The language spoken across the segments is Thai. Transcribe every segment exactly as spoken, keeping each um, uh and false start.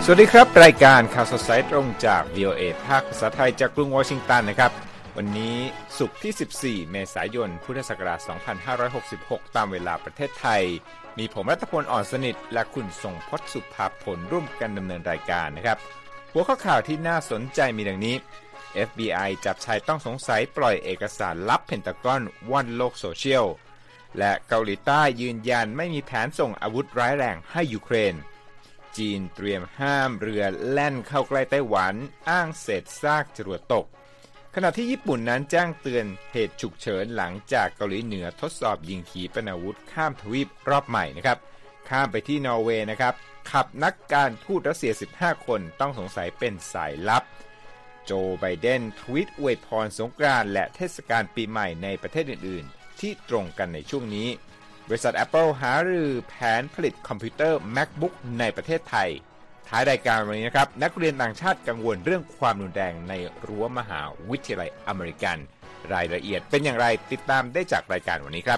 สวัสดีครับรายการข่าวสดสายตรงจาก วี โอ เอ ภาคภาษาไทยจากกรุงวอชิงตันนะครับวันนี้ศุกร์ที่สิบสี่เมษายนพุทธศักราชสองพันห้าร้อยหกสิบหกตามเวลาประเทศไทยมีผมรัตพลอ่อนสนิทและคุณทรงพจน์สุภาพลร่วมกันดำเนินรายการนะครับหัวข้อข่าวที่น่าสนใจมีดังนี้ เอฟ บี ไอ จับชายต้องสงสัยปล่อยเอกสารลับเพนทากอนว่อนโลกโซเชียลและเกาหลีใต้ยืนยันไม่มีแผนส่งอาวุธร้ายแรงให้ยูเครนจีนเตรียมห้ามเรือแล่นเข้าใกล้ไต้หวันอ้างเศษซากจรวดตกขณะที่ญี่ปุ่นนั้นแจ้งเตือนเหตุฉุกเฉินหลังจากเกาหลีเหนือทดสอบยิงขีปนาวุธข้ามทวีปรอบใหม่นะครับข้ามไปที่นอร์เวย์นะครับขับนักการทูตรัสเซียสิบห้าคนต้องสงสัยเป็นสายลับโจไบเดนทวีตอวยพรสงกรานต์และเทศกาลปีใหม่ในประเทศอื่นๆที่ตรงกันในช่วงนี้บริษัท Apple หารือแผนผลิตคอมพิวเตอร์ MacBook ในประเทศไทยท้ายรายการวันนี้นะครับนักเรียนต่างชาติกังวลเรื่องความรุนแรงในรั้วมหาวิทยาลัยอเมริกันรายละเอียดเป็นอย่างไรติดตามได้จากรายการวันนี้ครับ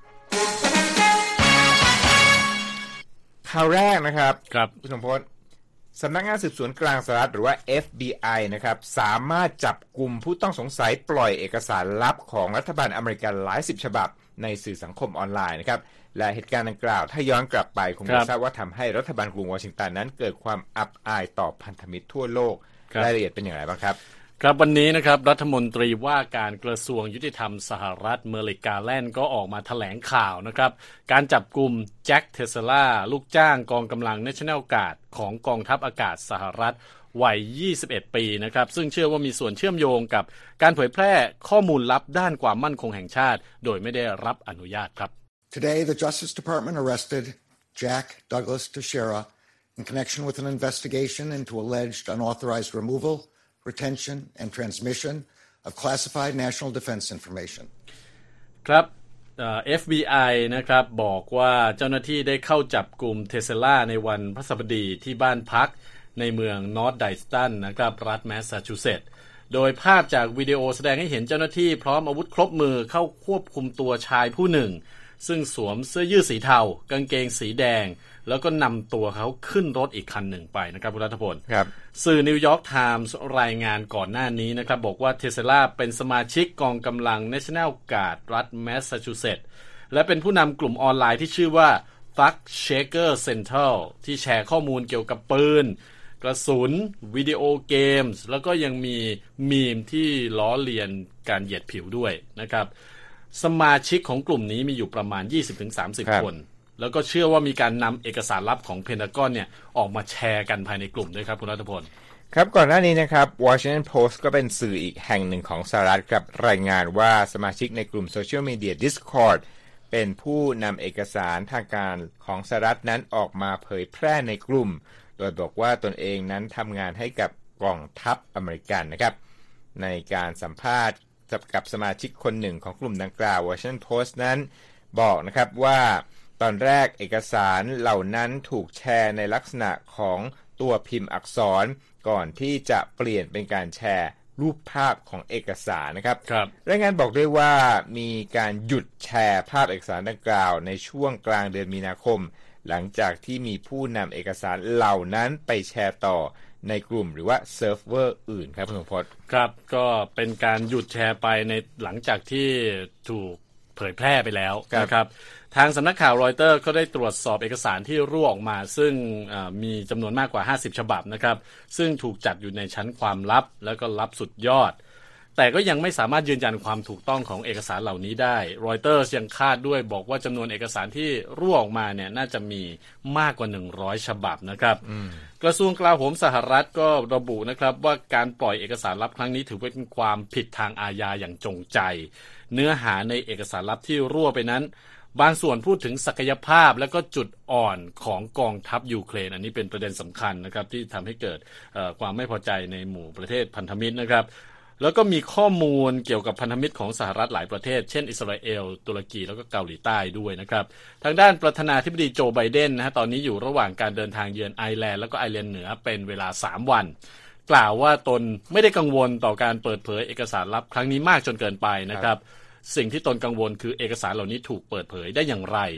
ข่าวแรกนะครับครับคุณสมพศสำนักงานสืบสวนกลางสหรัฐหรือว่า เอฟ บี ไอ นะครับสามารถจับกุมผู้ต้องสงสัยปล่อยเอกสารลับของรัฐบาลอเมริกันหลายสิบฉบับในสื่อสังคมออนไลน์นะครับและเหตุการณ์ดังกล่าวถ้าย้อนกลับไปคงจะทราบว่าทำให้รัฐบาลกรุงวอชิงตันนั้นเกิดความอับอายต่อพันธมิตรทั่วโลกรายละเอียดเป็นอย่างไรบ้างครับครับวันนี้นะครับรัฐมนตรีว่าการกระทรวงยุติธรรมสหรัฐเมอริกาแลนด์ก็ออกมาแถลงข่าวนะครับการจับกุมแจ็คเทสลาลูกจ้างกองกำลัง National Guard ของกองทัพอากาศสหรัฐวัยยี่สิบเอ็ดปีนะครับซึ่งเชื่อว่ามีส่วนเชื่อมโยงกับการเผยแพร่ข้อมูลลับด้านความมั่นคงแห่งชาติโดยไม่ได้รับอนุญาตครับ Today the Justice Department arrested Jack Douglas Teixeira in connection with an investigation into alleged unauthorized removal, retention and transmission of classified national defense information ครับเอ่อ เอฟ บี ไอ นะครับบอกว่าเจ้าหน้าที่ได้เข้าจับกลุ่มเทสลาในวันพฤหัสบดีที่บ้านพักในเมืองนอร์ทไดสตันนะครับรัฐแมสซาชูเซตส์โดยภาพจากวิดีโอแสดงให้เห็นเจ้าหน้าที่พร้อมอาวุธครบมือเข้าควบคุมตัวชายผู้หนึ่งซึ่งสวมเสื้อยืดสีเทากางเกงสีแดงแล้วก็นำตัวเขาขึ้นรถอีกคันหนึ่งไปนะครับคุณรัฐพลครับสื่อนิวยอร์กไทมส์รายงานก่อนหน้านี้นะครับบอกว่าเทสลาเป็นสมาชิกกองกำลัง National Guard รัฐแมสซาชูเซตส์และเป็นผู้นำกลุ่มออนไลน์ที่ชื่อว่า Fact Checker Central ที่แชร์ข้อมูลเกี่ยวกับปืนกระสุนวิดีโอเกมส์แล้วก็ยังมีมีมที่ล้อเลียนการเหยียดผิวด้วยนะครับสมาชิกของกลุ่มนี้มีอยู่ประมาณ ยี่สิบถึงสามสิบ คนแล้วก็เชื่อว่ามีการนำเอกสารลับของเพนทากอนเนี่ยออกมาแชร์กันภายในกลุ่มด้วยครับคุณรัฐพลครับก่อนหน้านี้นะครับ Washington Post ก็เป็นสื่ออีกแห่งหนึ่งของสหรัฐครับรายงานว่าสมาชิกในกลุ่มโซเชียลมีเดีย Discord เป็นผู้นำเอกสารทางการของสหรัฐนั้นออกมาเผยแพร่ในกลุ่มโดยบอกว่าตนเองนั้นทำงานให้กับกองทัพอเมริกันนะครับในการสัมภาษณ์กับสมาชิกคนหนึ่งของกลุ่มดังกล่าว Washington Post นั้นบอกนะครับว่าตอนแรกเอกสารเหล่านั้นถูกแชร์ในลักษณะของตัวพิมพ์อักษรก่อนที่จะเปลี่ยนเป็นการแชร์รูปภาพของเอกสารนะครับครับรายงานบอกด้วยว่ามีการหยุดแชร์ภาพเอกสารดังกล่าวในช่วงกลางเดือนมีนาคมหลังจากที่มีผู้นำเอกสารเหล่านั้นไปแชร์ต่อในกลุ่มหรือว่าเซิร์ฟเวอร์อื่นครับคุณสมพศครับก็เป็นการหยุดแชร์ไปในหลังจากที่ถูกเผยแพร่ไปแล้วนะครับทางสำนักข่าวรอยเตอร์ก็ได้ตรวจสอบเอกสารที่รั่วออกมาซึ่งมีจำนวนมากกว่าห้าสิบฉบับนะครับซึ่งถูกจัดอยู่ในชั้นความลับแล้วก็ลับสุดยอดแต่ก็ยังไม่สามารถยืนยันความถูกต้องของเอกสารเหล่านี้ได้รอยเตอร์ยังคาดด้วยบอกว่าจำนวนเอกสารที่รั่วออกมาเนี่ยน่าจะมีมากกว่าหนึ่งร้อยฉบับนะครับกระทรวงกลาโหมสหรัฐก็ระบุนะครับว่าการปล่อยเอกสารลับครั้งนี้ถือเป็นความผิดทางอาญาอย่างจงใจเนื้อหาในเอกสารลับที่รั่วไปนั้นบางส่วนพูดถึงศักยภาพและก็จุดอ่อนของกองทัพยูเครนอันนี้เป็นประเด็นสำคัญนะครับที่ทำให้เกิดความไม่พอใจในหมู่ประเทศพันธมิตรนะครับแล้วก็มีข้อมูลเกี่ยวกับพันธมิตรของสหรัฐหลายประเทศเช่นอิสราเอลตุรกีแล้วก็เกาหลีใต้ด้วยนะครับทางด้านประธานาธิบดีโจไบเดนนะฮะตอนนี้อยู่ระหว่างการเดินทางเยือนไอร์แลนด์แล้วก็ไอร์แลนด์เหนือเป็นเวลาสามวันกล่าวว่าตนไม่ได้กังวลต่อการเปิดเผยเอกสารลับครั้งนี้มากจนเกินไปนะครับสิ่งที่ตนกังวลคือเอกสารเหล่านี้ถูกเปิดเผยได้อย่างไร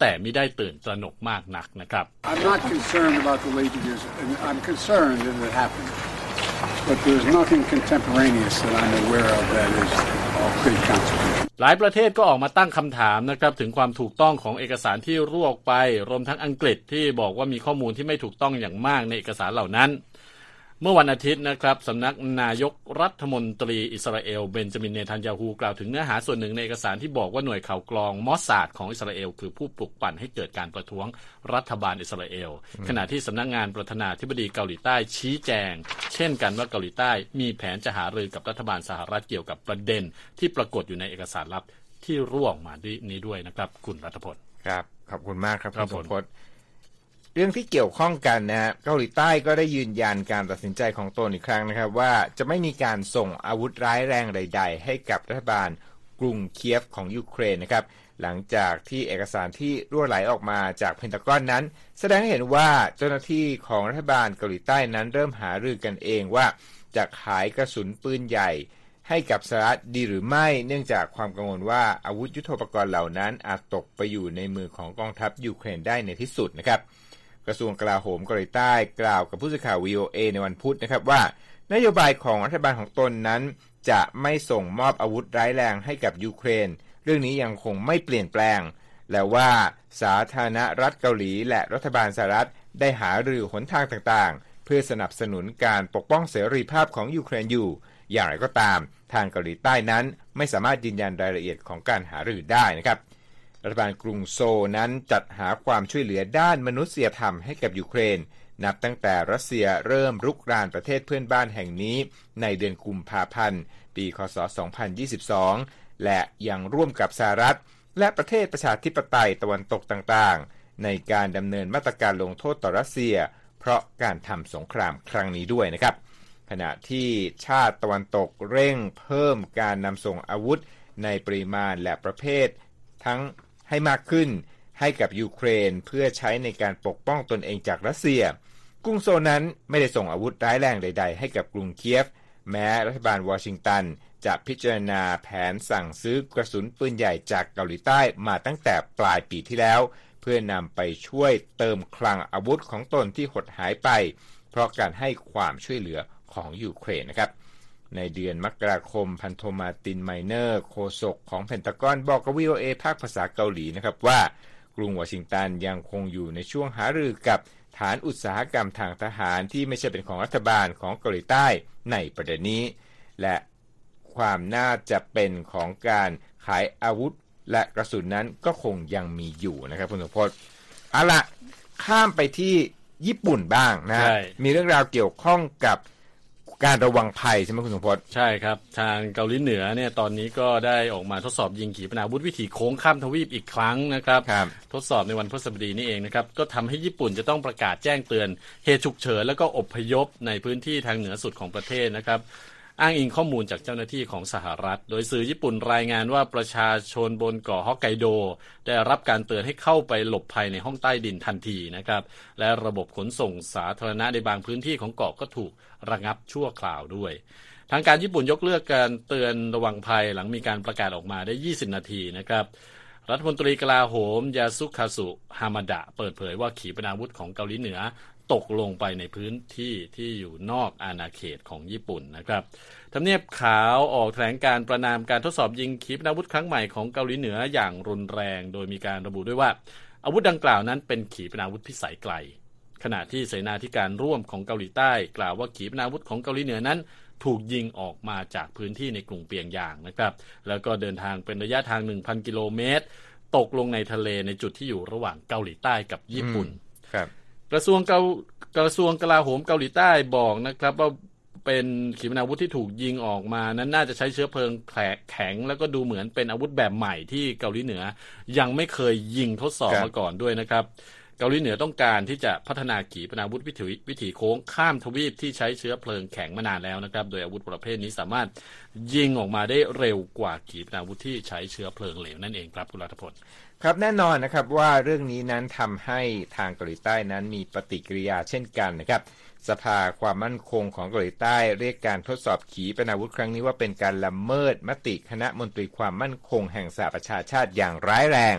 แต่ไม่ได้ตื่นตระหนกมากนักนะครับ I'm not concerned about the leakages. I'm concerned that it happened, but there's nothing contemporaneous that I'm aware of that is of great consequence. หลายประเทศก็ออกมาตั้งคำถามนะครับถึงความถูกต้องของเอกสารที่รั่วออกไปรวมทั้งอังกฤษที่บอกว่ามีข้อมูลที่ไม่ถูกต้องอย่างมากในเอกสารเหล่านั้นเมื่อวันอาทิตย์นะครับสำนักนายกรัฐมนตรีอิสราเอลเบนจามินเนทันยาฮูกล่าวถึงเนื้อหาส่วนหนึ่งในเอกสารที่บอกว่าหน่วยข่าวกรองมอสซาดของอิสราเอลคือผู้ปลุกปั่นให้เกิดการประท้วงรัฐบาลอิสราเอลขณะที่สำนักงานประธานาธิบดีเกาหลีใต้ชี้แจงเช่นกันว่าเกาหลีใต้มีแผนจะหารือกับรัฐบาลสหรัฐเกี่ยวกับประเด็นที่ปรากฏอยู่ในเอกสารลับที่รั่วออกมานี้ด้วยนะครับคุณรัฐพลครับขอบคุณมากครับคุณสมพศเรื่องที่เกี่ยวข้องกันนะฮะเกาหลีใต้ก็ได้ยืนยันการตัดสินใจของตนอีกครั้งนะครับว่าจะไม่มีการส่งอาวุธร้ายแรงใดๆให้กับรัฐบาลกรุงเคียฟของยูเครนนะครับหลังจากที่เอกสารที่รั่วไหลออกมาจากเพนทากอนนั้นแสดงให้เห็นว่าเจ้าหน้าที่ของรัฐบาลเกาหลีใต้นั้นเริ่มหารือกันเองว่าจะขายกระสุนปืนใหญ่ให้กับสหรัฐดีหรือไม่เนื่องจากความกังวลว่าอาวุธยุทโธปกรณ์เหล่านั้นอาจตกไปอยู่ในมือของกองทัพยูเครนได้ในที่สุดนะครับกระทรวงกลาโหมเกาหลีใต้กล่าวกับผู้สื่อข่าว วี โอ เอ ในวันพุธนะครับว่านโยบายของรัฐบาลของตนนั้นจะไม่ส่งมอบอาวุธร้ายแรงให้กับยูเครนเรื่องนี้ยังคงไม่เปลี่ยนแปลงและว่าสาธารณรัฐเกาหลีและรัฐบาลสหรัฐได้หารือหนทางต่างๆเพื่อสนับสนุนการปกป้องเสรีภาพของยูเครนอยู่อย่างไรก็ตามทางเกาหลีใต้นั้นไม่สามารถยืนยันรายละเอียดของการหารือได้นะครับรัฐบาลกรุงโซลนั้นจัดหาความช่วยเหลือด้านมนุษยธรรมให้กับยูเครนนับตั้งแต่รัสเซียเริ่มรุกรานประเทศเพื่อนบ้านแห่งนี้ในเดือนกุมภาพันธ์ปีค.ศ. สองพันยี่สิบสองและยังร่วมกับสหรัฐและประเทศประชาธิปไตยตะวันตกต่างๆในการดำเนินมาตรการลงโทษต่อรัสเซียเพราะการทำสงครามครั้งนี้ด้วยนะครับขณะที่ชาติตะวันตกเร่งเพิ่มการนำส่งอาวุธในปริมาณและประเภททั้งให้มากขึ้นให้กับยูเครนเพื่อใช้ในการปกป้องตนเองจากรัสเซียกรุงโซลนั้นไม่ได้ส่งอาวุธร้ายแรงใดๆให้กับกรุงเคียฟแม้รัฐบาลวอชิงตันจะพิจารณาแผนสั่งซื้อกระสุนปืนใหญ่จากเกาหลีใต้มาตั้งแต่ปลายปีที่แล้วเพื่อนำไปช่วยเติมคลังอาวุธของตนที่หดหายไปเพราะการให้ความช่วยเหลือของยูเครนนะครับในเดือนมกราคมพันโทมาตินไมเนอร์โฆษกของเพนทากอนบอกกับ วี โอ เอ ภาคภาษาเกาหลีนะครับว่ากรุงวอชิงตันยังคงอยู่ในช่วงหารือกับฐานอุตสาหกรรมทางทหารที่ไม่ใช่เป็นของรัฐบาลของเกาหลีใต้ในประเด็นนี้และความน่าจะเป็นของการขายอาวุธและกระสุนนั้นก็คงยังมีอยู่นะครับคุณสมพศเอาล่ะข้ามไปที่ญี่ปุ่นบ้างนะมีเรื่องราวเกี่ยวข้องกับการระวังภัยใช่ไหมคุณสมพศใช่ครับทางเกาหลีเหนือเนี่ยตอนนี้ก็ได้ออกมาทดสอบยิงขีปนาวุธวิถีโค้งข้ามทวีปอีกครั้งนะครับทดสอบในวันพฤหัสบดีนี่เองนะครับก็ทำให้ญี่ปุ่นจะต้องประกาศแจ้งเตือนเหตุฉุกเฉินแล้วก็อพยพในพื้นที่ทางเหนือสุดของประเทศนะครับอ้างอิงข้อมูลจากเจ้าหน้าที่ของสหรัฐโดยสื่อญี่ปุ่นรายงานว่าประชาชนบนเกาะฮอกไกโดได้รับการเตือนให้เข้าไปหลบภัยในห้องใต้ดินทันทีนะครับและระบบขนส่งสาธารณะในบางพื้นที่ของเกาะก็ถูกระงับชั่วคราวด้วยทางการญี่ปุ่นยกเลิกการเตือนระวังภัยหลังมีการประกาศออกมาได้ยี่สิบนาทีนะครับรัฐมนตรีกลาโหมยาสุคาสุฮามาดะเปิดเผยว่าขีปนาวุธของเกาหลีเหนือตกลงไปในพื้นที่ที่อยู่นอกอาณาเขตของญี่ปุ่นนะครับทำเนียบขาวออกแถลงการประนามการทดสอบยิงขีปนาวุธครั้งใหม่ของเกาหลีเหนืออย่างรุนแรงโดยมีการระบุด้วยว่าอาวุธดังกล่าวนั้นเป็นขีปนาวุธพิสัยไกลขณะที่เสนาธิการร่วมของเกาหลีใต้กล่าวว่าขีปนาวุธของเกาหลีเหนือนั้นถูกยิงออกมาจากพื้นที่ในกรุงเปียงยางนะครับแล้วก็เดินทางเป็นระยะทาง หนึ่งพัน กิโลเมตรตกลงในทะเลในจุดที่อยู่ระหว่างเกาหลีใต้กับญี่ปุ่นครับกระทรวงเกระทรวงกลาโหมเกาหลีใต้บอกนะครับว่าเป็นขีปนาวุธที่ถูกยิงออกมานั้นน่าจะใช้เชื้อเพลิงแข็งแล้วก็ดูเหมือนเป็นอาวุธแบบใหม่ที่เกาหลีเหนือยังไม่เคยยิงทดสอบมาก่อนด้วยนะครับเกาหลีเหนือต้องการที่จะพัฒนาขีปนาวุธวิถีวิถีโค้งข้ามทวีปที่ใช้เชื้อเพลิงแข็งมานานแล้วนะครับโดยอาวุธประเภทนี้สามารถยิงออกมาได้เร็วกว่าขีปนาวุธที่ใช้เชื้อเพลิงเหลวนั่นเองครับคุณรัฐพลครับแน่นอนนะครับว่าเรื่องนี้นั้นทำให้ทางเกาหลีใต้นั้นมีปฏิกิริยาเช่นกันนะครับสภาความมั่นคงของเกาหลีใต้เรียกการทดสอบขีปนาวุธครั้งนี้ว่าเป็นการละเมิดมติคณะมนตรีความมั่นคงแห่งสหประชาชาติอย่างร้ายแรง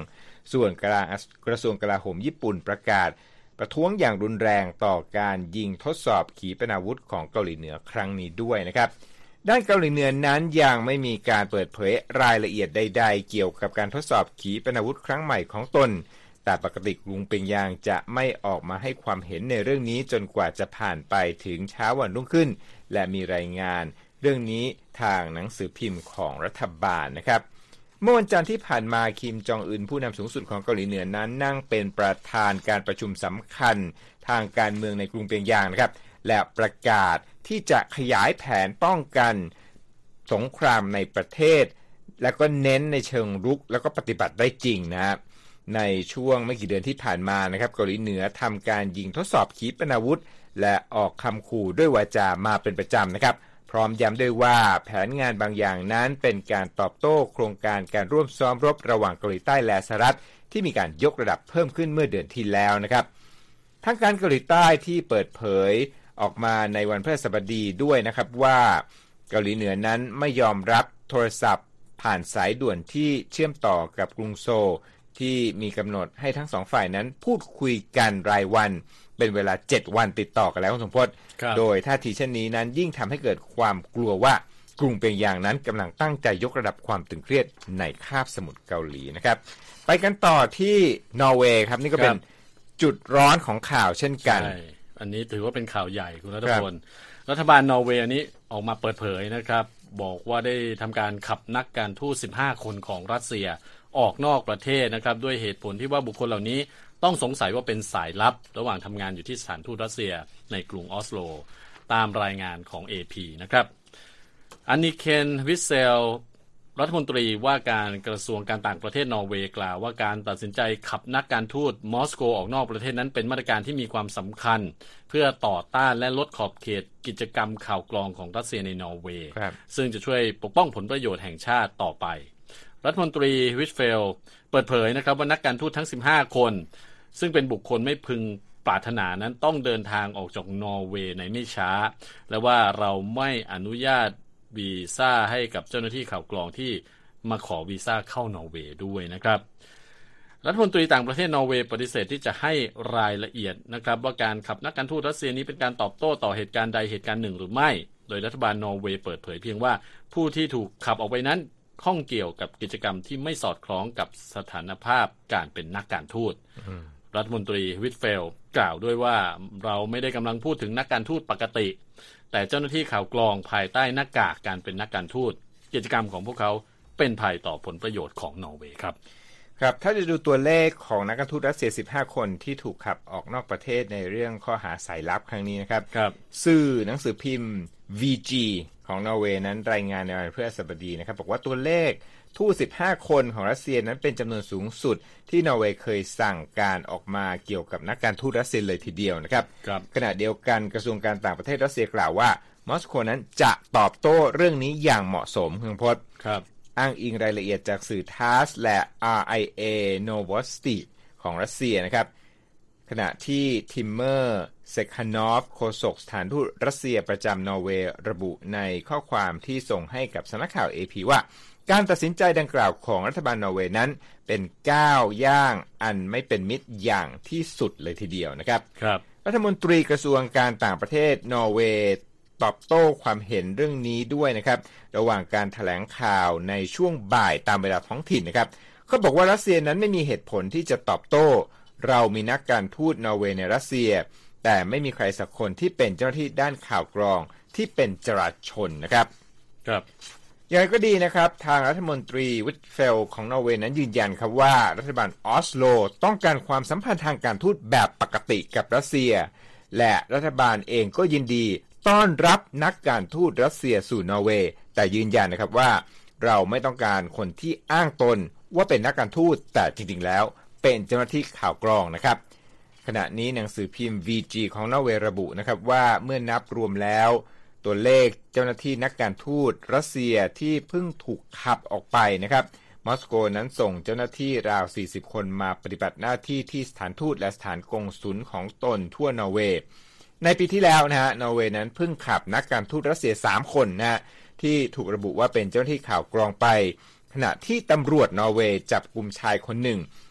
ส่วนกระทรวงกลาโหมญี่ปุ่นประกาศประท้วงอย่างรุนแรงต่อการยิงทดสอบขีปนาวุธของเกาหลีเหนือครั้งนี้ด้วยนะครับด้านเกาหลีเหนือนั้นยังไม่มีการเปิดเผยรายละเอียดใดๆเกี่ยวกับการทดสอบขีปนาวุธครั้งใหม่ของตนแต่ปกติกรุงเปียงยางจะไม่ออกมาให้ความเห็นในเรื่องนี้จนกว่าจะผ่านไปถึงเช้าวันรุ่งขึ้นและมีรายงานเรื่องนี้ทางหนังสือพิมพ์ของรัฐบาลนะครับเมื่อวันจันทร์ที่ผ่านมาคิมจองอึนผู้นำสูงสุดของเกาหลีเหนือนั้นนั่งเป็นประธานการประชุมสำคัญทางการเมืองในกรุงเปียงยางนะครับและประกาศที่จะขยายแผนป้องกันสงครามในประเทศแล้วก็เน้นในเชิงรุกแล้วก็ปฏิบัติได้จริงนะครับในช่วงไม่กี่เดือนที่ผ่านมานะครับเกาหลีเหนือทำการยิงทดสอบขีปนาวุธและออกคำขู่ด้วยวาจามาเป็นประจำนะครับพร้อมย้ำด้วยว่าแผนงานบางอย่างนั้นเป็นการตอบโต้โครงการการร่วมซ้อมรบระหว่างเกาหลีใต้และสหรัฐที่มีการยกระดับเพิ่มขึ้นเมื่อเดือนที่แล้วนะครับทางการเกาหลีใต้ที่เปิดเผยออกมาในวันพฤหัสบดีด้วยนะครับว่าเกาหลีเหนือนั้นไม่ยอมรับโทรศัพท์ผ่านสายด่วนที่เชื่อมต่อกับกรุงโซลที่มีกำหนดให้ทั้งสองฝ่ายนั้นพูดคุยกันรายวันเป็นเวลาเจ็ดวันติดต่อกันแล้วคุณสมพจน์โดยท่าทีเช่นนี้นั้นยิ่งทำให้เกิดความกลัวว่ากรุงเปียงยางนั้นกำลังตั้งใจยกระดับความตึงเครียดในคาบสมุทรเกาหลีนะครับไปกันต่อที่นอร์เวย์ครับนี่ก็เป็นจุดร้อนของข่าวเช่นกันอันนี้ถือว่าเป็นข่าวใหญ่คุณรัฐพลรัฐบาลนอร์เวย์อันนี้ออกมาเปิดเผยนะครับบอกว่าได้ทำการขับนักการทูตสิบห้าคนของรัสเซียออกนอกประเทศนะครับด้วยเหตุผลที่ว่าบุคคลเหล่านี้ต้องสงสัยว่าเป็นสายลับระหว่างทำงานอยู่ที่สถานทูตรัสเซียในกรุงออสโลตามรายงานของ เอ พี นะครับอันนิเคนวิเซลรัฐมนตรีว่าการกระทรวงการต่างประเทศนอร์เวย์กล่าวว่าการตัดสินใจขับนักการทูตมอสโกออกนอกประเทศนั้นเป็นมาตรการที่มีความสำคัญเพื่อต่อต้านและลดขอบเขตกิจกรรมข่าวกรองของรัสเซียในนอร์เวย์ซึ่งจะช่วยปกป้องผลประโยชน์แห่งชาติต่อไปรัฐมนตรีวิชเฟลเปิดเผยนะครับว่านักการทูตทั้งสิบห้าคนซึ่งเป็นบุคคลไม่พึงปรารถนานั้นต้องเดินทางออกจากนอร์เวย์ในไม่ช้าและว่าเราไม่อนุญาตวีซ่าให้กับเจ้าหน้าที่ข่าวกรองที่มาขอวีซ่าเข้านอร์เวย์ด้วยนะครับรัฐมนตรีต่างประเทศนอร์เวย์ปฏิเสธที่จะให้รายละเอียดนะครับว่าการขับนักการทูตรัสเซียนี้เป็นการตอบโต้ต่อเหตุการณ์ใดเหตุการณ์หนึ่งหรือไม่โดยรัฐบาลนอร์เวย์เปิดเผยเพียงว่าผู้ที่ถูกขับออกไปนั้นข้องเกี่ยวกับกิจกรรมที่ไม่สอดคล้องกับสถานภาพการเป็นนักการทูตรัฐมนตรีวิทเฟลกล่าวด้วยว่าเราไม่ได้กำลังพูดถึงนักการทูตปกติแต่เจ้าหน้าที่ข่าวกรองภายใต้หน้ากากการเป็นนักการทูตกิจกรรมของพวกเขาเป็นภัยต่อผลประโยชน์ของนอร์เวย์ครับครับถ้าจะดูตัวเลขของนักการทูตรัสเซียสิบห้าคนที่ถูกขับออกนอกประเทศในเรื่องข้อหาสายลับครั้งนี้นะครับครับสื่อหนังสือพิมพ์ วี จี ของนอร์เวย์นั้นรายงานในวันพฤหัสบดีนะครับบอกว่าตัวเลขทูตสิบห้าคนของรัสเซียนั้นเป็นจำนวนสูงสุดที่นอร์เวย์เคยสั่งการออกมาเกี่ยวกับนักการทูตรัสเซียเลยทีเดียวนะครับขณะเดียวกันกระทรวงการต่างประเทศรัสเซียกล่าวว่ามอสโกนั้นจะตอบโต้เรื่องนี้อย่างเหมาะสมคุณพจน์ครับอ้างอิงรายละเอียดจากสื่อ ที เอ เอส และ อาร์ ไอ เอ Novosti ของรัสเซียนะครับขณะที่ทิมเมอร์เซคานอฟโฆษกสถานทูตรัสเซียประจำนอร์เวย์ระบุในข้อความที่ส่งให้กับสำนักข่าว เอ พี ว่าการตัดสินใจดังกล่าวของรัฐบาลนอร์เวย์นั้นเป็นก้าวย่างอันไม่เป็นมิตรอย่างที่สุดเลยทีเดียวนะครับครับรัฐมนตรีกระทรวงการต่างประเทศนอร์เวย์ตอบโต้ความเห็นเรื่องนี้ด้วยนะครับระหว่างการแถลงข่าวในช่วงบ่ายตามเวลาท้องถิ่นนะครับเขาบอกว่ารัสเซียนั้นไม่มีเหตุผลที่จะตอบโต้เรามีนักการทูตนอร์เวย์ในรัสเซียแต่ไม่มีใครสักคนที่เป็นเจ้าหน้าที่ด้านข่าวกรองที่เป็นจราชนนะครับครับอย่างไรก็ดีนะครับทางรัฐมนตรีวิทเฟลของนอร์เวย์นั้นยืนยันครับว่ารัฐบาลออสโลต้องการความสัมพันธ์ทางการทูตแบบปกติกับรัสเซียและรัฐบาลเองก็ยินดีต้อนรับนักการทูตรัสเซียสู่นอร์เวย์แต่ยืนยันนะครับว่าเราไม่ต้องการคนที่อ้างตนว่าเป็นนักการทูตแต่จริงๆแล้วเป็นเจ้าหน้าที่ข่าวกรองนะครับขณะนี้หนังสือพิมพ์ วี จี ของนอร์เวย์ระบุนะครับว่าเมื่อนับรวมแล้วตัวเลขเจ้าหน้าที่นักการทูตรัสเซียที่เพิ่งถูกขับออกไปนะครับมอสโกนั้นส่งเจ้าหน้าที่ราวสี่สิบคนมาปฏิบัติหน้าที่ที่สถานทูตและสถานกงสุลของตนทั่วนอร์เวย์ในปีที่แล้วนะฮะนอร์เวย์นั้นเพิ่งขับนักการทูตรัสเซียสามคนนะฮะที่ถูกระบุว่าเป็นเจ้าหน้าที่ข่าวกรองไปขณะที่ตำรวจนอร์เวย์จับกุมชายคนหนึ่ง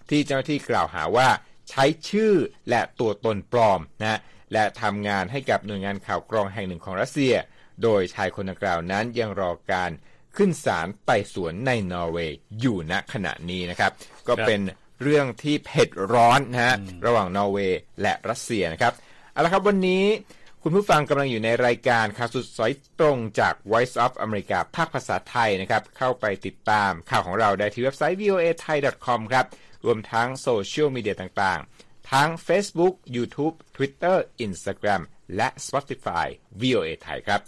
ที่เจ้าหน้าที่กล่าวหาว่าใช้ชื่อและตัวตนปลอมนะและทำงานให้กับหน่วยงานข่าวกรองแห่งหนึ่งของรัสเซียโดยชายคนดังกล่าวนั้นยังรอการขึ้นศาลไต่สวนในนอร์เวย์อยู่ณขณะนี้นะครับก็เป็นเรื่องที่เผ็ดร้อนนะฮะระหว่างนอร์เวย์และรัสเซียนะครับเอาละครับวันนี้คุณผู้ฟังกำลังอยู่ในรายการข่าวสดสายตรงจาก Voice of America ภาคภาษาไทยนะครับเข้าไปติดตามข่าวของเราได้ที่เว็บไซต์ วี โอ เอ ไทย ดอท คอม ครับรวมทั้งโซเชียลมีเดียต่างๆทั้ง Facebook YouTube Twitter Instagram และ Spotify วี โอ เอ ไทยครับ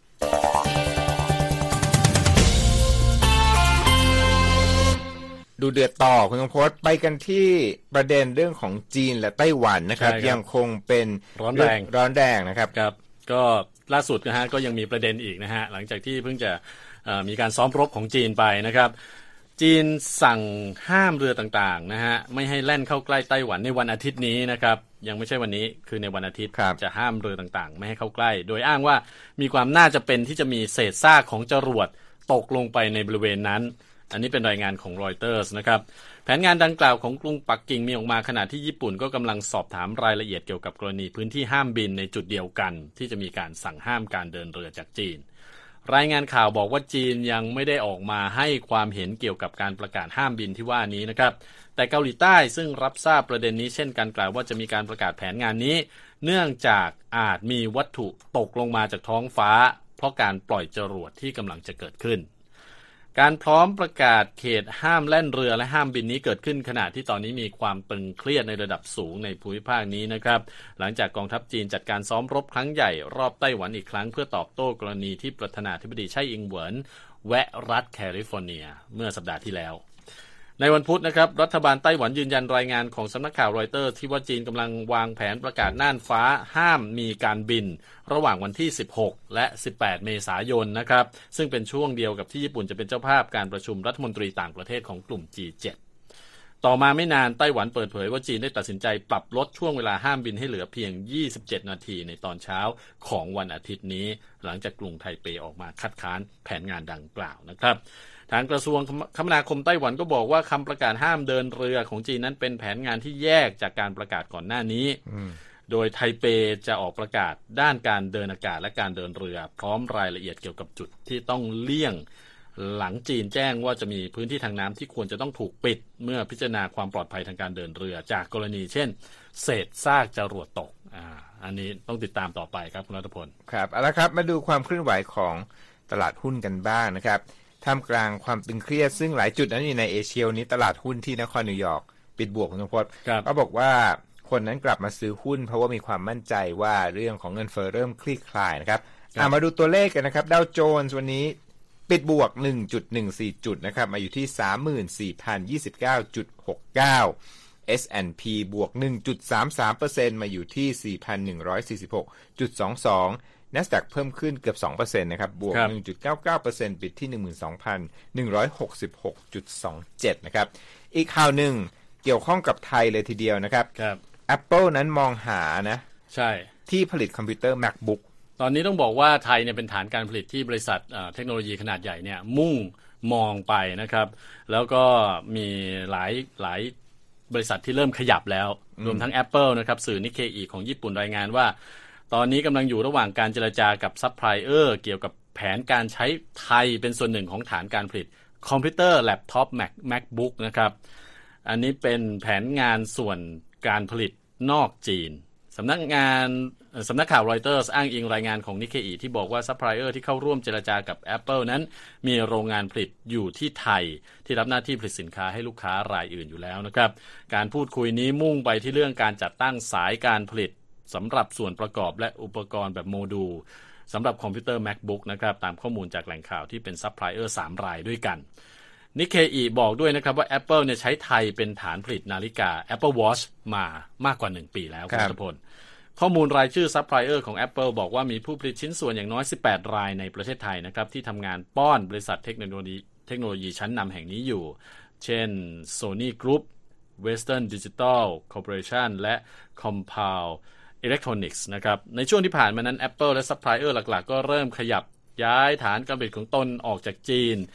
ดูเดือดต่อคุณธงพจน์ไปกันที่ประเด็นเรื่องของจีนและไต้หวันนะครับยังคงเป็นร้อนแรงร้อนแรงนะครับครับก็ล่าสุดนะฮะก็ยังมีประเด็นอีกนะฮะหลังจากที่เพิ่งจะมีการซ้อมรบของจีนไปนะครับจีนสั่งห้ามเรือต่างๆนะฮะไม่ให้แล่นเข้าใกล้ไต้หวันในวันอาทิตย์นี้นะครับยังไม่ใช่วันนี้คือในวันอาทิตย์จะห้ามเรือต่างๆไม่ให้เข้าใกล้โดยอ้างว่ามีความน่าจะเป็นที่จะมีเศษซากของจรวดตกลงไปในบริเวณนั้นอันนี้เป็นรายงานของรอยเตอร์สนะครับแผนงานดังกล่าวของกรุงปักกิ่งมีออกมาขณะที่ญี่ปุ่นก็กำลังสอบถามรายละเอียดเกี่ยวกับกรณีพื้นที่ห้ามบินในจุดเดียวกันที่จะมีการสั่งห้ามการเดินเรือจากจีนรายงานข่าวบอกว่าจีนยังไม่ได้ออกมาให้ความเห็นเกี่ยวกับการประกาศห้ามบินที่ว่านี้นะครับแต่เกาหลีใต้ซึ่งรับทราบประเด็นนี้เช่นกันกล่าวว่าจะมีการประกาศแผนงานนี้เนื่องจากอาจมีวัตถุตกลงมาจากท้องฟ้าเพราะการปล่อยจรวดที่กำลังจะเกิดขึ้นการพร้อมประกาศเขตห้ามแล่นเรือและห้ามบินนี้เกิดขึ้นขณะที่ตอนนี้มีความตึงเครียดในระดับสูงในภูมิภาคนี้นะครับหลังจากกองทัพจีนจัดการซ้อมรบครั้งใหญ่รอบไต้หวันอีกครั้งเพื่อตอบโต้กรณีที่ประธานาธิบดีไช่อิงเหวินแวะรัฐแคลิฟอร์เนียเมื่อสัปดาห์ที่แล้วในวันพุธนะครับรัฐบาลไต้หวันยืนยันรายงานของสำนักข่าวรอยเตอร์ที่ว่าจีนกำลังวางแผนประกาศน่านฟ้าห้ามมีการบินระหว่างวันที่สิบหกและสิบแปดเมษายนนะครับซึ่งเป็นช่วงเดียวกับที่ญี่ปุ่นจะเป็นเจ้าภาพการประชุมรัฐมนตรีต่างประเทศของกลุ่ม จี เจ็ด ต่อมาไม่นานไต้หวันเปิดเผยว่าจีนได้ตัดสินใจปรับลดช่วงเวลาห้ามบินให้เหลือเพียงยี่สิบเจ็ดนาทีในตอนเช้าของวันอาทิตย์นี้หลังจากกรุงไทเปออกมาคัดค้านแผนงานดังกล่าวนะครับทางกระทรวงคมนาคมไต้หวันก็บอกว่าคำประกาศห้ามเดินเรือของจีนนั้นเป็นแผนงานที่แยกจากการประกาศก่อนหน้านี้โดยไทเปจะออกประกาศด้านการเดินอากาศและการเดินเรือพร้อมรายละเอียดเกี่ยวกับจุดที่ต้องเลี่ยงหลังจีนแจ้งว่าจะมีพื้นที่ทางน้ำที่ควรจะต้องถูกปิดเมื่อพิจารณาความปลอดภัยทางการเดินเรือจากกรณีเช่นเศษซากจรวดตกอ่าอันนี้ต้องติดตามต่อไปครับคุณรัตพลครับเอาละครับมาดูความเคลื่อนไหวของตลาดหุ้นกันบ้างนะครับท่ามกลางความตึงเครียดซึ่งหลายจุดนั้นอยู่ในเอเชียนี้ตลาดหุ้นที่นครนิวยอร์กปิดบวกคุณพจน์ก็บอกว่าคนนั้นกลับมาซื้อหุ้นเพราะว่ามีความมั่นใจว่าเรื่องของเงินเฟ้อเริ่มคลี่คลายนะครับมาดูตัวเลขกันนะครับดาวโจนส์วันนี้ปิดบวก หนึ่งจุดหนึ่งสี่ จุดนะครับมาอยู่ที่ สามหมื่นสี่พันยี่สิบเก้าจุดหกเก้า เอส แอนด์ พี บวก หนึ่งจุดสามสามเปอร์เซ็นต์ มาอยู่ที่ สี่พันหนึ่งร้อยสี่สิบหกจุดสองสองNASDAQ เพิ่มขึ้นเกือบ สองเปอร์เซ็นต์ นะครับบวก หนึ่งจุดเก้าเก้าเปอร์เซ็นต์ ปิดที่ หนึ่งหมื่นสองพันหนึ่งร้อยหกสิบหกจุดสองเจ็ด นะครับอีกข่าวหนึ่งเกี่ยวข้องกับไทยเลยทีเดียวนะครับครับ Apple นั้นมองหานะใช่ที่ผลิตคอมพิวเตอร์ MacBook ตอนนี้ต้องบอกว่าไทยเนี่ยเป็นฐานการผลิตที่บริษัทเทคโนโลยีขนาดใหญ่เนี่ยมุ่งมองไปนะครับแล้วก็มีหลายหลายบริษัทที่เริ่มขยับแล้วรวมทั้ง Apple นะครับสื่อนิเคอิของญี่ปุ่นรายงานว่าตอนนี้กำลังอยู่ระหว่างการเจรจากับซัพพลายเออร์เกี่ยวกับแผนการใช้ไทยเป็นส่วนหนึ่งของฐานการผลิตคอมพิวเตอร์แล็ปท็อป Mac MacBook นะครับอันนี้เป็นแผนงานส่วนการผลิตนอกจีนสำนักงานสำนักข่าวรอยเตอร์อ้างอิงรายงานของนิเคอิที่บอกว่าซัพพลายเออร์ที่เข้าร่วมเจรจากับ Apple นั้นมีโรงงานผลิตอยู่ที่ไทยที่รับหน้าที่ผลิตสินค้าให้ลูกค้ารายอื่นอยู่แล้วนะครับการพูดคุยนี้มุ่งไปที่เรื่องการจัดตั้งสายการผลิตสำหรับส่วนประกอบและอุปกรณ์แบบโมดูลสำหรับคอมพิวเตอร์ MacBook นะครับตามข้อมูลจากแหล่งข่าวที่เป็นซัพพลายเออร์สามรายด้วยกันนิเคอิบอกด้วยนะครับว่า Apple เนี่ยใช้ไทยเป็นฐานผลิตนาฬิกา Apple Watch มามากกว่าหนึ่งปีแล้วคุณพลข้อมูลรายชื่อซัพพลายเออร์ของ Apple บอกว่ามีผู้ผลิตชิ้นส่วนอย่างน้อยสิบแปดรายในประเทศไทยนะครับที่ทำงานป้อนบริษัทเทคโนโลยีเทคโนโลยีชั้นนำแห่งนี้อยู่เช่น Sony Group Western Digital Corporation และ Compal Electronics นะครับในช่วงที่ผ่านมานั้น Apple และซัพพลายเออร์หลักๆก็เริ่มขยับย้ายฐานการผลิตของตนออกจากจีน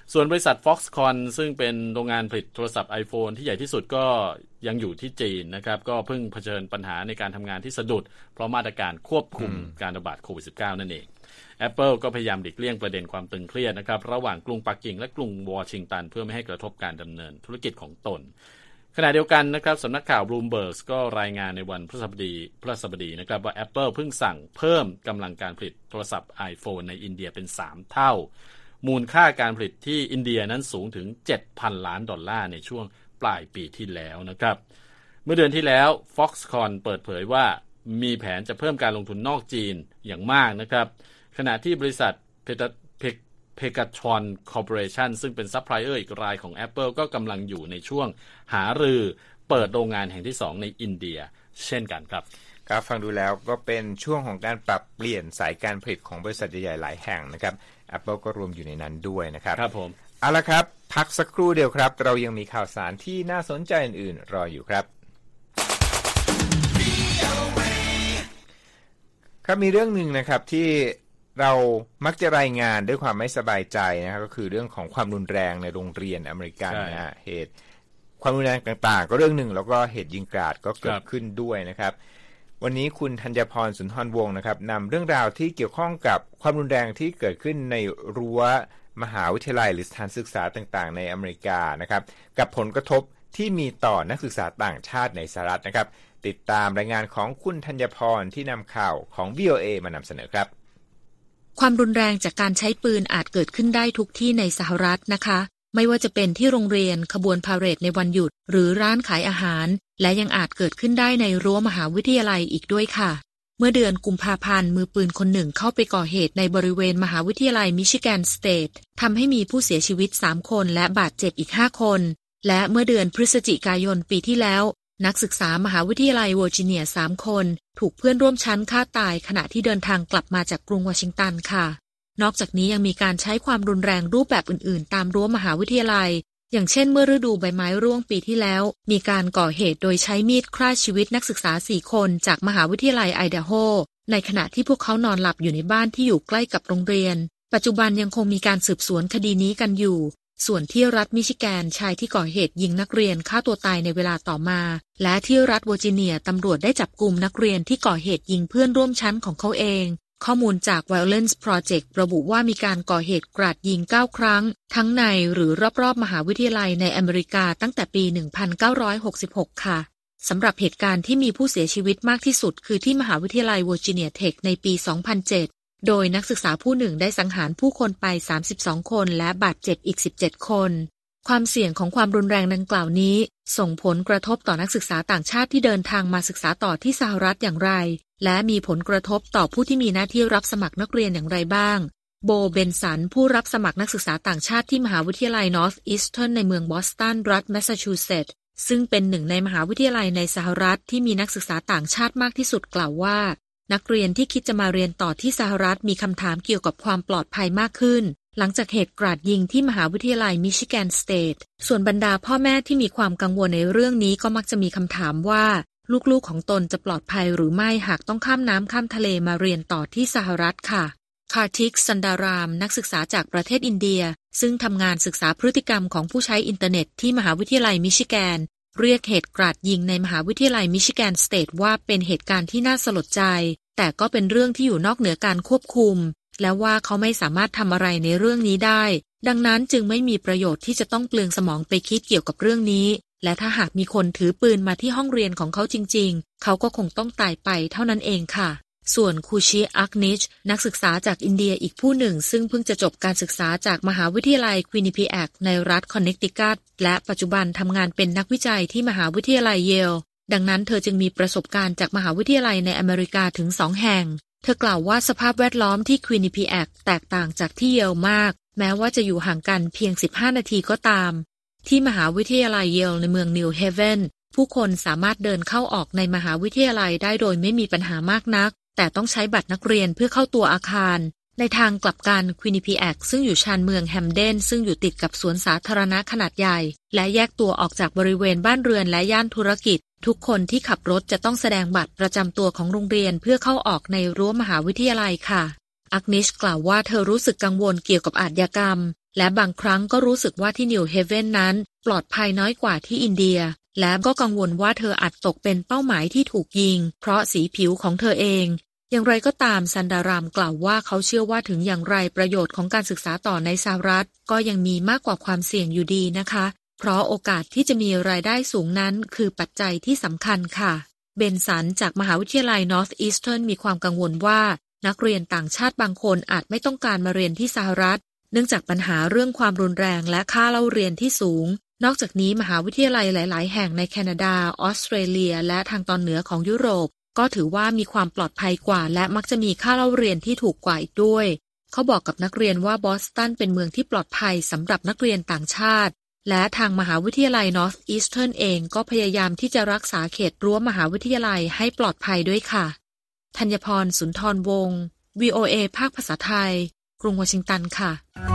ส่วนบริษัท Foxconn ซึ่งเป็นโรงงานผลิตโทรศัพท์ iPhone ที่ใหญ่ที่สุดก็ยังอยู่ที่จีนนะครับก็เพิ่งเผชิญปัญหาในการทำงานที่สะดุดเพราะมาตรการควบคุมการระบาดโควิด สิบเก้า นั่นเอง Apple ก็พยายามหลีกเลี่ยงประเด็นความตึงเครียดนะครับระหว่างกรุงปักกิ่งและกรุงวอชิงตันเพื่อไม่ให้กระทบการดำเนินธุรกิจของตนขณะเดียวกันนะครับสำนักข่าว Bloomberg ก็รายงานในวันพฤหัสบดีพฤหัสบดีนะครับว่า Apple เพิ่งสั่งเพิ่มกำลังการผลิตโทรศัพท์ iPhone ในอินเดียเป็นสามเท่ามูลค่าการผลิตที่อินเดียนั้นสูงถึง เจ็ดพัน ล้านดอลลาร์ในช่วงปลายปีที่แล้วนะครับเมื่อเดือนที่แล้ว Foxconn เปิดเผยว่ามีแผนจะเพิ่มการลงทุนนอกจีนอย่างมากนะครับขณะที่บริษัท Pegatron Corporation ซึ่งเป็นซัพพลายเออร์อีกรายของ Apple ก็กำลังอยู่ในช่วงหารือเปิดโรงงานแห่งที่สองในอินเดียเช่นกันครับครับฟังดูแล้วก็เป็นช่วงของการปรับเปลี่ยนสายการผลิตของบริษัทใหญ่ๆหลายแห่งนะครับ Apple ก็รวมอยู่ในนั้นด้วยนะครับครับผมเอาละครับพักสักครู่เดียวครับเรายังมีข่าวสารที่น่าสนใจอื่นๆรออยู่ครับครับมีเรื่องนึงนะครับที่เรามักจะรายงานด้วยความไม่สบายใจนะครับก็คือเรื่องของความรุนแรงในโรงเรียนอเมริกันนะฮะเหตุความรุนแรงต่างๆก็เรื่องหนึ่งแล้วก็เหตุยิงกราดก็เกิดขึ้นด้วยนะครับวันนี้คุณธัญพรสุนทรวงศ์นะครับนำเรื่องราวที่เกี่ยวข้องกับความรุนแรงที่เกิดขึ้นในรั้วมหาวิทยาลัยหรือสถานศึกษาต่างๆในอเมริกานะครับกับผลกระทบที่มีต่อนักศึกษาต่างชาติในสหรัฐนะครับติดตามรายงานของคุณธัญพรที่นำข่าวของ วี โอ เอ มานำเสนอครับความรุนแรงจากการใช้ปืนอาจเกิดขึ้นได้ทุกที่ในสหรัฐนะคะไม่ว่าจะเป็นที่โรงเรียนขบวนพาเหรดในวันหยุดหรือร้านขายอาหารและยังอาจเกิดขึ้นได้ในรั้วมหาวิทยาลัยอีกด้วยค่ะเมื่อเดือนกุมภาพันธ์มือปืนคนหนึ่งเข้าไปก่อเหตุในบริเวณมหาวิทยาลัยมิชิแกนสเตททำให้มีผู้เสียชีวิตสามคนและบาดเจ็บอีกห้าคนและเมื่อเดือนพฤศจิกายนปีที่แล้วนักศึกษามหาวิทยาลัยเวอร์จิเนียสามคนถูกเพื่อนร่วมชั้นฆ่าตายขณะที่เดินทางกลับมาจากกรุงวอชิงตันค่ะนอกจากนี้ยังมีการใช้ความรุนแรงรูปแบบอื่นๆตามรั้วมหาวิทยาลัยอย่างเช่นเมื่อฤดูใบไม้ร่วงปีที่แล้วมีการก่อเหตุโดยใช้มีดฆ่าชีวิตนักศึกษาสี่คนจากมหาวิทยาลัยไอดาโฮในขณะที่พวกเขานอนหลับอยู่ในบ้านที่อยู่ใกล้กับโรงเรียนปัจจุบันยังคงมีการสืบสวนคดีนี้กันอยู่ส่วนที่รัฐมิชิแกนชายที่ก่อเหตุยิงนักเรียนฆ่าตัวตายในเวลาต่อมาและที่รัฐเวอร์จิเนียตำรวจได้จับกุมนักเรียนที่ก่อเหตุยิงเพื่อนร่วมชั้นของเขาเองข้อมูลจาก Violence Project ระบุว่ามีการก่อเหตุกราดยิงเก้าครั้งทั้งในหรือรอบๆมหาวิทยาลัยในอเมริกาตั้งแต่ปี หนึ่งพันเก้าร้อยหกสิบหก ค่ะสำหรับเหตุการณ์ที่มีผู้เสียชีวิตมากที่สุดคือที่มหาวิทยาลัยเวอร์จิเนียเทคในปี สองพันเจ็ด โดยนักศึกษาผู้หนึ่งได้สังหารผู้คนไป สามสิบสอง คนและบาดเจ็บอีก สิบเจ็ด คนความเสี่ยงของความรุนแรงดังกล่าวนี้ส่งผลกระทบต่อนักศึกษาต่างชาติที่เดินทางมาศึกษาต่อที่สหรัฐอย่างไรและมีผลกระทบต่อผู้ที่มีหน้าที่รับสมัครนักเรียนอย่างไรบ้างโบเบนสันผู้รับสมัครนักศึกษาต่างชาติที่มหาวิทยาลัย Northeastern ในเมืองบอสตันรัฐแมสซาชูเซตส์ซึ่งเป็นหนึ่งในมหาวิทยาลัยในสหรัฐที่มีนักศึกษาต่างชาติมากที่สุดกล่าวว่านักเรียนที่คิดจะมาเรียนต่อที่สหรัฐมีคำถามเกี่ยวกับความปลอดภัยมากขึ้นหลังจากเหตุกราดยิงที่มหาวิทยาลัยมิชิแกนสเตทส่วนบรรดาพ่อแม่ที่มีความกังวลในเรื่องนี้ก็มักจะมีคำถามว่าลูกๆของตนจะปลอดภัยหรือไม่หากต้องข้ามน้ำข้ามทะเลมาเรียนต่อที่สหรัฐค่ะคาร์ติกซันดารามนักศึกษาจากประเทศอินเดียซึ่งทำงานศึกษาพฤติกรรมของผู้ใช้อินเทอร์เน็ตที่มหาวิทยาลัยมิชิแกนเรียกเหตุกราดยิงในมหาวิทยาลัยมิชิแกนสเตทว่าเป็นเหตุการณ์ที่น่าสลดใจแต่ก็เป็นเรื่องที่อยู่นอกเหนือการควบคุมและว่าเขาไม่สามารถทำอะไรในเรื่องนี้ได้ดังนั้นจึงไม่มีประโยชน์ที่จะต้องเปลืองสมองไปคิดเกี่ยวกับเรื่องนี้และถ้าหากมีคนถือปืนมาที่ห้องเรียนของเขาจริงๆเขาก็คงต้องตายไปเท่านั้นเองค่ะส่วนคูชิอักนิชนักศึกษาจากอินเดียอีกผู้หนึ่งซึ่งเพิ่งจะจบการศึกษาจากมหาวิทยาลัยควินิพิแอกในรัฐคอนเนคติคัตและปัจจุบันทำงานเป็นนักวิจัยที่มหาวิทยาลัยเยลดังนั้นเธอจึงมีประสบการณ์จากมหาวิทยาลัยในอเมริกาถึงสองแห่งเธอกล่าวว่าสภาพแวดล้อมที่ควินิพิแอกแตกต่างจากที่เยลมากแม้ว่าจะอยู่ห่างกันเพียงสิบห้านาทีก็ตามที่มหาวิทยาลัยเยลในเมืองนิวเฮเวนผู้คนสามารถเดินเข้าออกในมหาวิทยาลัยได้โดยไม่มีปัญหามากนักแต่ต้องใช้บัตรนักเรียนเพื่อเข้าตัวอาคารในทางกลับกันควินิพิแอกซึ่งอยู่ชานเมืองแฮมเดนซึ่งอยู่ติดกับสวนสาธารณะขนาดใหญ่และแยกตัวออกจากบริเวณบ้านเรือนและย่านธุรกิจทุกคนที่ขับรถจะต้องแสดงบัตรประจำตัวของโรงเรียนเพื่อเข้าออกในรั้วมหาวิทยาลัยค่ะอักนิชกล่าวว่าเธอรู้สึกกังวลเกี่ยวกับอาชญากรรมและบางครั้งก็รู้สึกว่าที่นิวเฮเว่นนั้นปลอดภัยน้อยกว่าที่อินเดียและก็กังวลว่าเธออาจตกเป็นเป้าหมายที่ถูกยิงเพราะสีผิวของเธอเองอย่างไรก็ตามซันดารามกล่าวว่าเขาเชื่อว่าถึงอย่างไรประโยชน์ของการศึกษาต่อในสหรัฐก็ยังมีมากกว่าความเสี่ยงอยู่ดีนะคะเพราะโอกาสที่จะมีรายได้สูงนั้นคือปัจจัยที่สำคัญค่ะเบนสันจากมหาวิทยาลัย Northeastern มีความกังวลว่านักเรียนต่างชาติบางคนอาจไม่ต้องการมาเรียนที่สหรัฐเนื่องจากปัญหาเรื่องความรุนแรงและค่าเล่าเรียนที่สูงนอกจากนี้มหาวิทยาลัยหลายๆแห่งในแคนาดาออสเตรเลียและทางตอนเหนือของยุโรปก็ถือว่ามีความปลอดภัยกว่าและมักจะมีค่าเล่าเรียนที่ถูกกว่าอีกด้วยเขาบอกกับนักเรียนว่าบอสตันเป็นเมืองที่ปลอดภัยสำหรับนักเรียนต่างชาติและทางมหาวิทยาลัย Northeastern เองก็พยายามที่จะรักษาเขตรั้วมหาวิทยาลัยให้ปลอดภัยด้วยค่ะธัญพรสุนทรวงศ์ วี โอ เอ ภาคภาษาไทยกรุงวอชิงตันค่ะ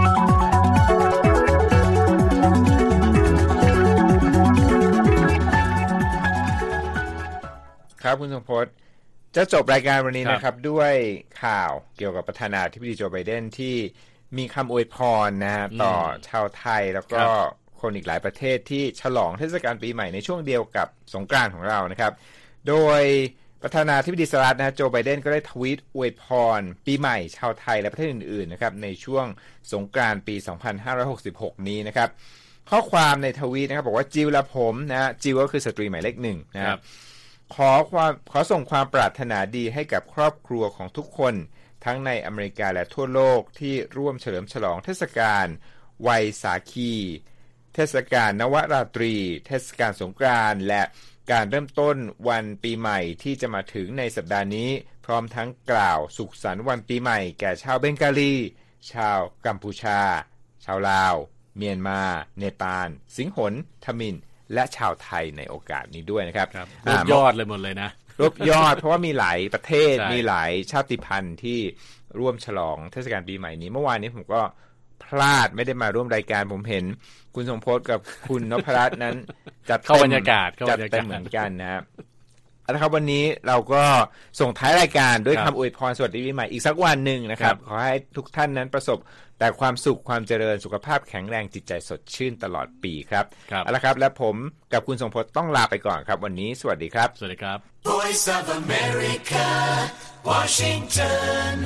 ครับคุณสมพศจะจบรายการวันนี้นะครับด้วยข่าวเกี่ยวกับประธานาธิบดีโจไบเดนที่มีคำอวยพรนะฮะต่อชาวไทยแล้วก็คนอีกหลายประเทศที่ฉลองเทศกาลปีใหม่ในช่วงเดียวกับสงกรานต์ของเรานะครับโดยประธานาธิบดีสหรัฐนะโจไบเดนก็ได้ทวีตอวยพรปีใหม่ชาวไทยและประเทศอื่นๆนะครับในช่วงสงกรานต์ปีสองพันห้าร้อยหกสิบหกนี้นะครับข้อความในทวีตนะครับบอกว่าจิวและผมนะจิวก็คือสตรีหมายเลขหนึ่งนะครับขอความขอส่งความปรารถนาดีให้กับครอบครัวของทุกคนทั้งในอเมริกาและทั่วโลกที่ร่วมเฉลิมฉลองเทศกาลไวสาคีเทศกาลนวราตรีเทศกาลสงกรานต์และการเริ่มต้นวันปีใหม่ที่จะมาถึงในสัปดาห์นี้พร้อมทั้งกล่าวสุขสันต์วันปีใหม่แก่ชาวเบงกาลีชาวกัมพูชาชาวลาวเมียนมาเนปาลสิงหนทมิฬและชาวไทยในโอกาสนี้ด้วยนะครับรวบยอดเลยหมดเลยนะรวบยอดเพราะว่ามีหลายประเทศมีหลายชาติพันธุ์ที่ร่วมฉลองเทศกาลปีใหม่นี้เมื่อวานนี้ผมก็พลาดไม่ได้มาร่วมรายการผมเห็นคุณสมพศกับคุณนพรัตน์นั้นจัดเข้าบรรยากาศจัดเต็มเหมือนกันนะครับนะครับวันนี้เราก็ส่งท้ายรายการด้วยคำอวยพรสวัสดีปีใหม่อีกสักวันหนึ่งนะครับขอให้ทุกท่านนั้นประสบแต่ความสุขความเจริญสุขภาพแข็งแรงจิตใจสดชื่นตลอดปีครับเอาละครับและผมกับคุณทรงพจน์ต้องลาไปก่อนครับวันนี้สวัสดีครับสวัสดีครับ Voice of America Washington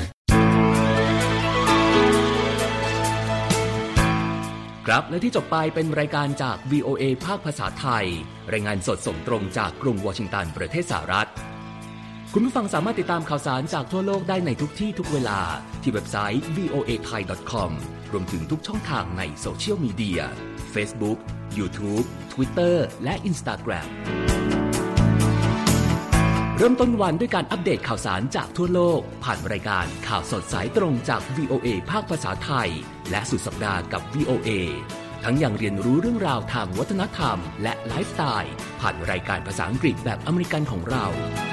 ครับและที่จบไปเป็นรายการจาก วี โอ เอ ภาคภาษาไทยรายงานสดส่งตรงจากกรุงวอชิงตันประเทศสหรัฐคุณผู้ฟังสามารถติดตามข่าวสารจากทั่วโลกได้ในทุกที่ทุกเวลาที่เว็บไซต์ วี โอ เอ ไทย ดอท คอม รวมถึงทุกช่องทางในโซเชียลมีเดีย Facebook YouTube Twitter และ Instagram เริ่มต้นวันด้วยการอัปเดตข่าวสารจากทั่วโลกผ่านรายการข่าวสดสายตรงจาก วี โอ เอ ภาคภาษาไทยและสุดสัปดาห์กับ วี โอ เอ ทั้งยังเรียนรู้เรื่องราวทางวัฒนธรรมและไลฟ์สไตล์ผ่านรายการภาษาอังกฤษแบบอเมริกันของเรา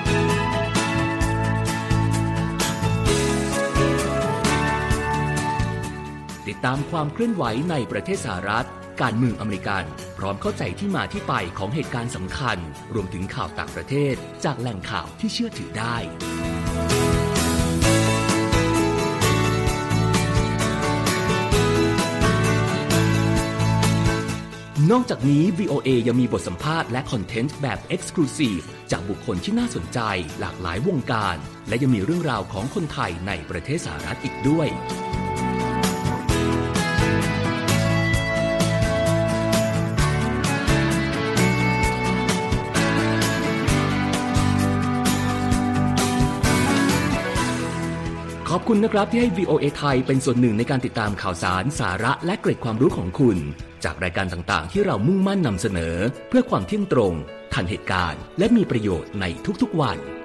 ติดตามความเคลื่อนไหวในประเทศสหรัฐการเมืองอเมริกันพร้อมเข้าใจที่มาที่ไปของเหตุการณ์สำคัญรวมถึงข่าวต่างประเทศจากแหล่งข่าวที่เชื่อถือได้นอกจากนี้ วี โอ เอ ยังมีบทสัมภาษณ์และคอนเทนต์แบบ Exclusive จากบุคคลที่น่าสนใจหลากหลายวงการและยังมีเรื่องราวของคนไทยในประเทศสหรัฐอีกด้วยขอบคุณนะครับที่ให้ วี โอ เอ ไทยเป็นส่วนหนึ่งในการติดตามข่าวสารสาระและเกร็ดความรู้ของคุณจากรายการต่างๆที่เรามุ่งมั่นนำเสนอเพื่อความเที่ยงตรงทันเหตุการณ์และมีประโยชน์ในทุกๆวัน